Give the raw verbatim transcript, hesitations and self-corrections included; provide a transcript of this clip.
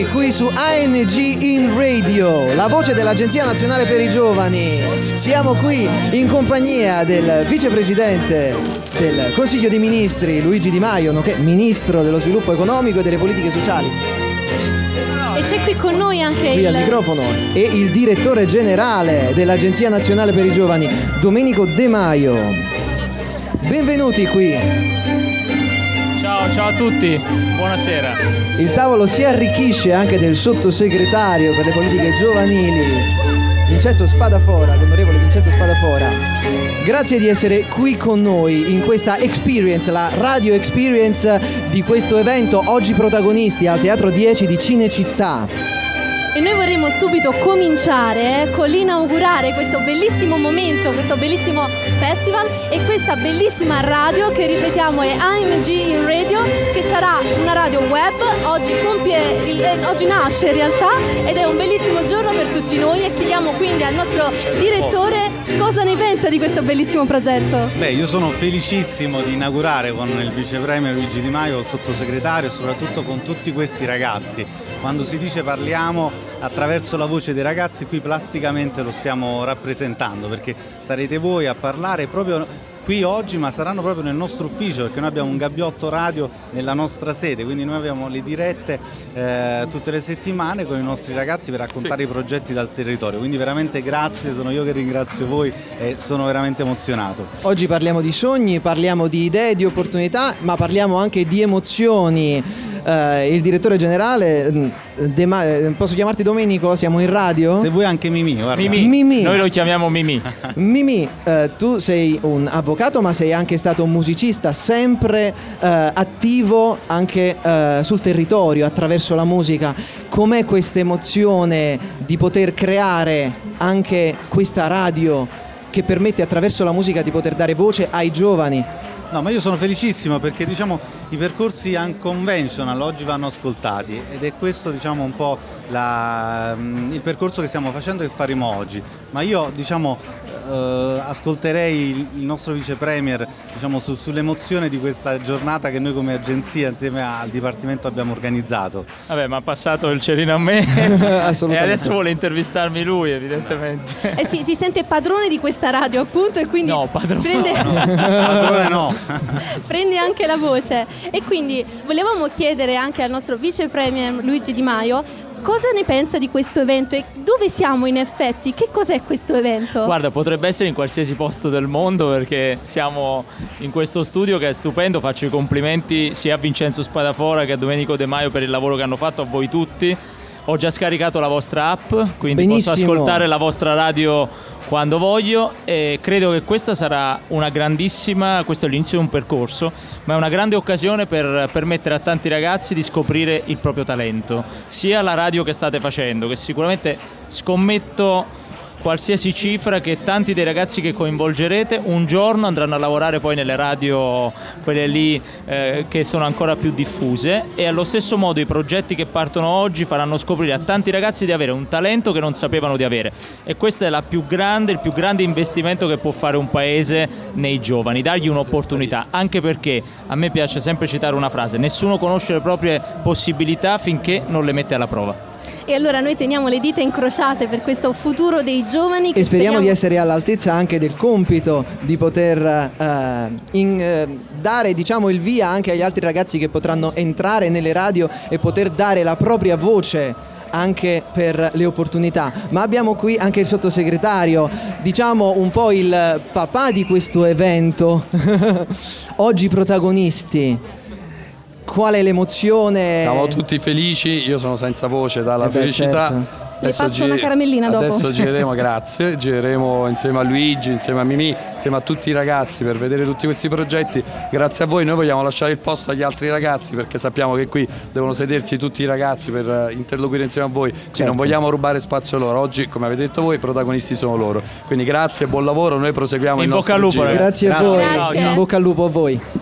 qui su A N G in Radio, la voce dell'Agenzia Nazionale per i Giovani. Siamo qui in compagnia del vicepresidente del Consiglio dei Ministri Luigi Di Maio, nonché ministro dello sviluppo economico e delle politiche sociali. E c'è qui con noi anche qui il... al microfono e il direttore generale dell'Agenzia Nazionale per i Giovani, Domenico De Maio. Benvenuti qui. Ciao, ciao a tutti, buonasera. Il tavolo si arricchisce anche del sottosegretario per le politiche giovanili, Vincenzo Spadafora, l'onorevole Vincenzo Spadafora. Grazie di essere qui con noi in questa experience, la radio experience di questo evento, oggi protagonisti al Teatro dieci di Cinecittà. E noi vorremmo subito cominciare con l'inaugurare questo bellissimo momento, questo bellissimo festival e questa bellissima radio che ripetiamo è A N G in Radio, che sarà una radio web. Oggi compie il, eh, oggi nasce in realtà ed è un bellissimo giorno per tutti noi e chiediamo quindi al nostro direttore cosa ne pensa di questo bellissimo progetto. Beh, io sono felicissimo di inaugurare con il vice premier Luigi Di Maio, il sottosegretario e soprattutto con tutti questi ragazzi. Quando si dice parliamo attraverso la voce dei ragazzi, qui plasticamente lo stiamo rappresentando, perché sarete voi a parlare proprio qui oggi, ma saranno proprio nel nostro ufficio, perché noi abbiamo un gabbiotto radio nella nostra sede, quindi noi abbiamo le dirette eh, tutte le settimane con i nostri ragazzi per raccontare sì. i progetti dal territorio, quindi veramente grazie, sono io che ringrazio voi e sono veramente emozionato. Oggi parliamo di sogni, parliamo di idee, di opportunità, ma parliamo anche di emozioni. Uh, il direttore generale De Ma- posso chiamarti Domenico? Siamo in radio? Se vuoi anche Mimì, guarda. Mimì. Mimì. Noi lo chiamiamo Mimì. Mimì, uh, tu sei un avvocato ma sei anche stato un musicista sempre uh, attivo anche uh, sul territorio attraverso la musica. Com'è questa emozione di poter creare anche questa radio che permette attraverso la musica di poter dare voce ai giovani? No, ma io sono felicissimo perché diciamo i percorsi unconventional oggi vanno ascoltati ed è questo diciamo un po' la, il percorso che stiamo facendo e che faremo oggi. Ma io diciamo eh, ascolterei il, il nostro vice premier diciamo su, sull'emozione di questa giornata che noi come agenzia insieme al Dipartimento abbiamo organizzato. Vabbè, ma ha passato il cerino a me e adesso vuole intervistarmi lui evidentemente. Eh sì, si sente padrone di questa radio appunto e quindi no, padrone prende... no, padrone no. prende anche la voce e quindi volevamo chiedere anche al nostro vice premier Luigi Di Maio cosa ne pensa di questo evento e dove siamo in effetti, che cos'è questo evento? Guarda, potrebbe essere in qualsiasi posto del mondo perché siamo in questo studio che è stupendo, faccio i complimenti sia a Vincenzo Spadafora che a Domenico De Maio per il lavoro che hanno fatto, a voi tutti. Ho già scaricato la vostra app, quindi Benissimo. Posso ascoltare la vostra radio quando voglio e credo che questa sarà una grandissima, questo è l'inizio di un percorso, ma è una grande occasione per permettere a tanti ragazzi di scoprire il proprio talento, sia la radio che state facendo, che sicuramente scommetto qualsiasi cifra che tanti dei ragazzi che coinvolgerete un giorno andranno a lavorare poi nelle radio, quelle lì eh, che sono ancora più diffuse, e allo stesso modo i progetti che partono oggi faranno scoprire a tanti ragazzi di avere un talento che non sapevano di avere, e questo è la più grande, il più grande investimento che può fare un paese nei giovani, dargli un'opportunità, anche perché a me piace sempre citare una frase: nessuno conosce le proprie possibilità finché non le mette alla prova. E allora noi teniamo le dita incrociate per questo futuro dei giovani che e speriamo, speriamo di essere all'altezza anche del compito di poter uh, in, uh, dare diciamo il via anche agli altri ragazzi che potranno entrare nelle radio e poter dare la propria voce anche per le opportunità. Ma abbiamo qui anche il sottosegretario, diciamo un po' il papà di questo evento. Oggi protagonisti. Qual è l'emozione? Siamo tutti felici, io sono senza voce dalla eh beh, felicità. Certo. Le faccio una caramellina dopo. Adesso gireremo, grazie, gireremo insieme a Luigi, insieme a Mimì, insieme a tutti i ragazzi per vedere tutti questi progetti. Grazie a voi, noi vogliamo lasciare il posto agli altri ragazzi perché sappiamo che qui devono sedersi tutti i ragazzi per interloquire insieme a voi, certo. Non vogliamo rubare spazio loro. Oggi, come avete detto voi, i protagonisti sono loro. Quindi grazie, buon lavoro, noi proseguiamo in il nostro bocca al lupo, giro. Grazie a voi, Grazie. in bocca al lupo a voi.